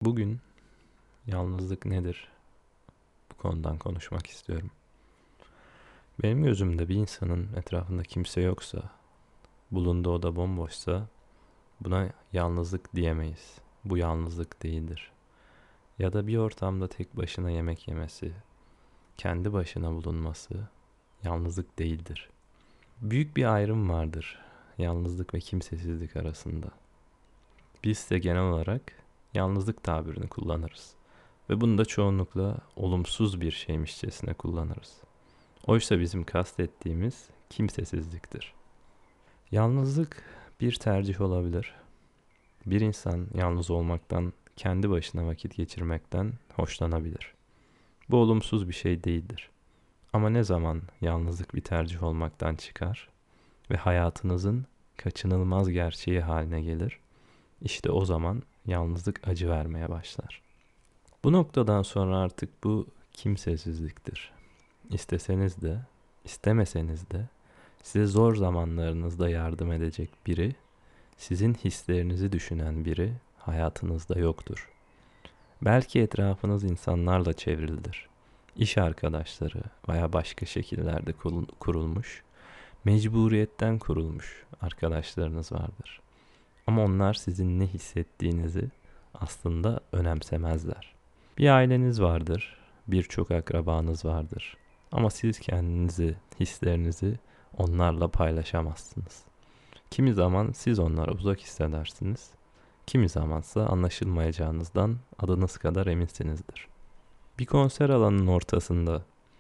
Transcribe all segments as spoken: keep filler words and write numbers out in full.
Bugün yalnızlık nedir? Bu konudan konuşmak istiyorum. Benim gözümde bir insanın etrafında kimse yoksa, bulunduğu oda bomboşsa buna yalnızlık diyemeyiz. Bu yalnızlık değildir. Ya da bir ortamda tek başına yemek yemesi, kendi başına bulunması yalnızlık değildir. Büyük bir ayrım vardır yalnızlık ve kimsesizlik arasında. Biz de genel olarak yalnızlık tabirini kullanırız. Ve bunu da çoğunlukla olumsuz bir şeymişçesine kullanırız. Oysa bizim kastettiğimiz kimsesizliktir. Yalnızlık bir tercih olabilir. Bir insan yalnız olmaktan, kendi başına vakit geçirmekten hoşlanabilir. Bu olumsuz bir şey değildir. Ama ne zaman yalnızlık bir tercih olmaktan çıkar ve hayatınızın kaçınılmaz gerçeği haline gelir, işte o zaman yalnızlık acı vermeye başlar. Bu noktadan sonra artık bu kimsesizliktir. İsteseniz de, istemeseniz de size zor zamanlarınızda yardım edecek biri, sizin hislerinizi düşünen biri hayatınızda yoktur. Belki etrafınız insanlarla çevrilidir. İş arkadaşları veya başka şekillerde kurulmuş, mecburiyetten kurulmuş arkadaşlarınız vardır. Ama onlar sizin ne hissettiğinizi aslında önemsemezler. Bir aileniz vardır, birçok akrabanız vardır. Ama siz kendinizi, hislerinizi onlarla paylaşamazsınız. Kimi zaman siz onlara uzak hissedersiniz. Kimi zamansa anlaşılmayacağınızdan adınız kadar eminsinizdir. Bir konser alanının ortasında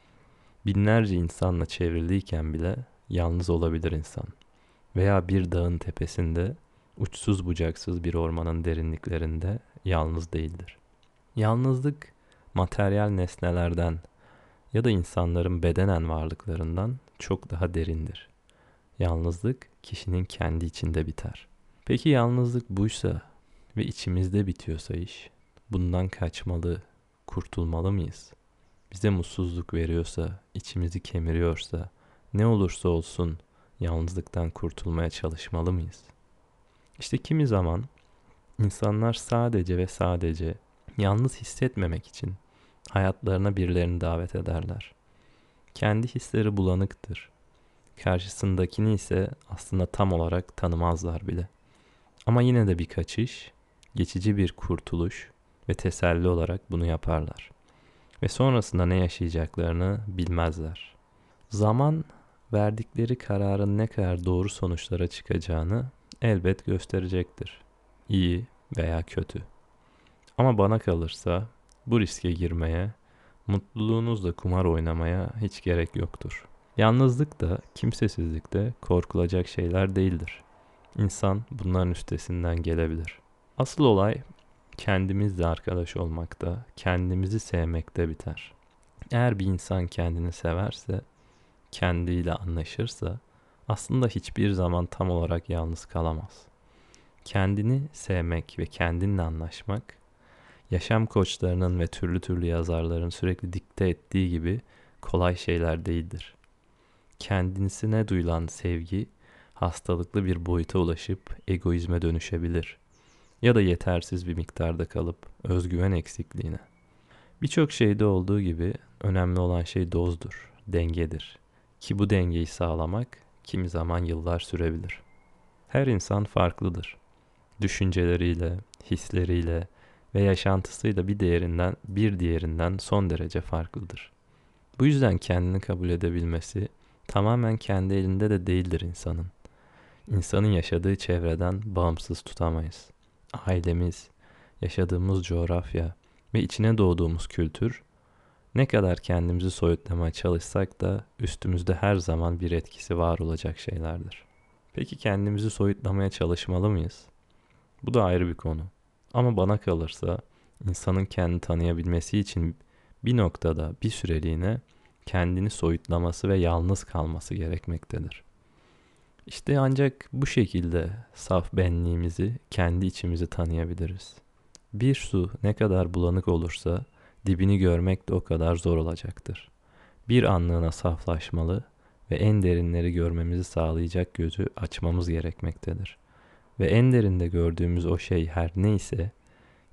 binlerce insanla çevriliyken bile yalnız olabilir insan. Veya bir dağın tepesinde, uçsuz bucaksız bir ormanın derinliklerinde yalnız değildir. Yalnızlık materyal nesnelerden ya da insanların bedenen varlıklarından çok daha derindir. Yalnızlık kişinin kendi içinde biter. Peki yalnızlık buysa ve içimizde bitiyorsa iş, bundan kaçmalı, kurtulmalı mıyız? Bize mutsuzluk veriyorsa, içimizi kemiriyorsa, ne olursa olsun yalnızlıktan kurtulmaya çalışmalı mıyız? İşte kimi zaman insanlar sadece ve sadece yalnız hissetmemek için hayatlarına birilerini davet ederler. Kendi hisleri bulanıktır. Karşısındakini ise aslında tam olarak tanımazlar bile. Ama yine de bir kaçış, geçici bir kurtuluş ve teselli olarak bunu yaparlar. Ve sonrasında ne yaşayacaklarını bilmezler. Zaman verdikleri kararın ne kadar doğru sonuçlara çıkacağını elbet gösterecektir. İyi veya kötü. Ama bana kalırsa bu riske girmeye, mutluluğunuzla kumar oynamaya hiç gerek yoktur. Yalnızlık da, kimsesizlik de korkulacak şeyler değildir. İnsan bunların üstesinden gelebilir. Asıl olay kendimizle arkadaş olmakta, kendimizi sevmekte biter. Eğer bir insan kendini severse, kendiyle anlaşırsa aslında hiçbir zaman tam olarak yalnız kalamaz. Kendini sevmek ve kendinle anlaşmak, yaşam koçlarının ve türlü türlü yazarların sürekli dikte ettiği gibi kolay şeyler değildir. Kendisine duyulan sevgi hastalıklı bir boyuta ulaşıp egoizme dönüşebilir ya da yetersiz bir miktarda kalıp özgüven eksikliğine. Birçok şeyde olduğu gibi önemli olan şey dozdur, dengedir. Ki bu dengeyi sağlamak kimi zaman yıllar sürebilir. Her insan farklıdır. Düşünceleriyle, hisleriyle ve yaşantısıyla bir değerinden bir diğerinden son derece farklıdır. Bu yüzden kendini kabul edebilmesi tamamen kendi elinde de değildir insanın. İnsanın yaşadığı çevreden bağımsız tutamayız. Ailemiz, yaşadığımız coğrafya ve içine doğduğumuz kültür, ne kadar kendimizi soyutlamaya çalışsak da üstümüzde her zaman bir etkisi var olacak şeylerdir. Peki kendimizi soyutlamaya çalışmalı mıyız? Bu da ayrı bir konu. Ama bana kalırsa insanın kendini tanıyabilmesi için bir noktada bir süreliğine kendini soyutlaması ve yalnız kalması gerekmektedir. İşte ancak bu şekilde saf benliğimizi, kendi içimizi tanıyabiliriz. Bir su ne kadar bulanık olursa dibini görmek de o kadar zor olacaktır. Bir anlığına saflaşmalı ve en derinleri görmemizi sağlayacak gözü açmamız gerekmektedir. Ve en derinde gördüğümüz o şey her neyse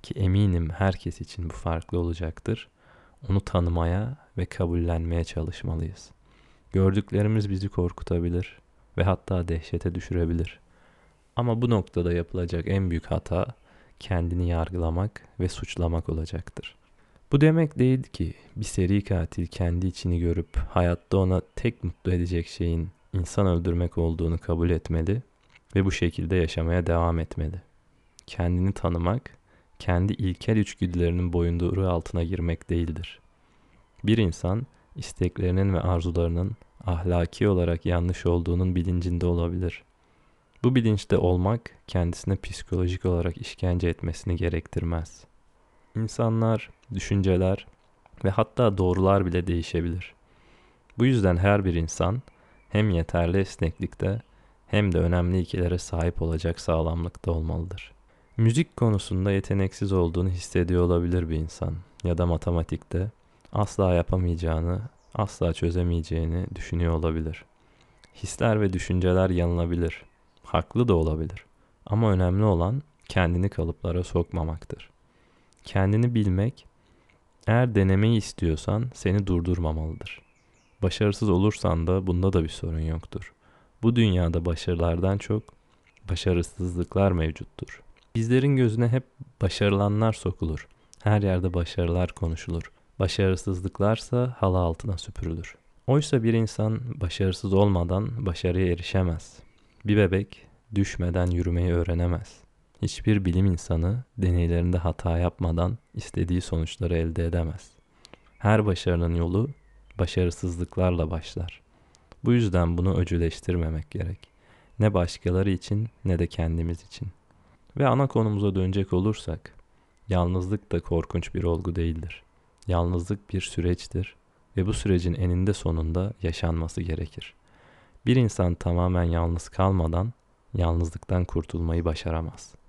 ki eminim herkes için bu farklı olacaktır. Onu tanımaya ve kabullenmeye çalışmalıyız. Gördüklerimiz bizi korkutabilir ve hatta dehşete düşürebilir. Ama bu noktada yapılacak en büyük hata kendini yargılamak ve suçlamak olacaktır. Bu demek değil ki bir seri katil kendi içini görüp hayatta ona tek mutlu edecek şeyin insan öldürmek olduğunu kabul etmeli ve bu şekilde yaşamaya devam etmeli. Kendini tanımak, kendi ilkel içgüdülerinin boyunduruğu altına girmek değildir. Bir insan isteklerinin ve arzularının ahlaki olarak yanlış olduğunun bilincinde olabilir. Bu bilinçte olmak kendisine psikolojik olarak işkence etmesini gerektirmez. İnsanlar, düşünceler ve hatta doğrular bile değişebilir. Bu yüzden her bir insan hem yeterli esneklikte hem de önemli ilkelere sahip olacak sağlamlıkta olmalıdır. Müzik konusunda yeteneksiz olduğunu hissediyor olabilir bir insan ya da matematikte asla yapamayacağını, asla çözemeyeceğini düşünüyor olabilir. Hisler ve düşünceler yanılabilir, haklı da olabilir. Ama önemli olan kendini kalıplara sokmamaktır. Kendini bilmek, eğer denemeyi istiyorsan seni durdurmamalıdır. Başarısız olursan da bunda da bir sorun yoktur. Bu dünyada başarılardan çok başarısızlıklar mevcuttur. Bizlerin gözüne hep başarılanlar sokulur. Her yerde başarılar konuşulur. Başarısızlıklarsa halı altına süpürülür. Oysa bir insan başarısız olmadan başarıya erişemez. Bir bebek düşmeden yürümeyi öğrenemez. Hiçbir bilim insanı deneylerinde hata yapmadan istediği sonuçları elde edemez. Her başarının yolu başarısızlıklarla başlar. Bu yüzden bunu öcüleştirmemek gerek. Ne başkaları için ne de kendimiz için. Ve ana konumuza dönecek olursak, yalnızlık da korkunç bir olgu değildir. Yalnızlık bir süreçtir ve bu sürecin eninde sonunda yaşanması gerekir. Bir insan tamamen yalnız kalmadan yalnızlıktan kurtulmayı başaramaz.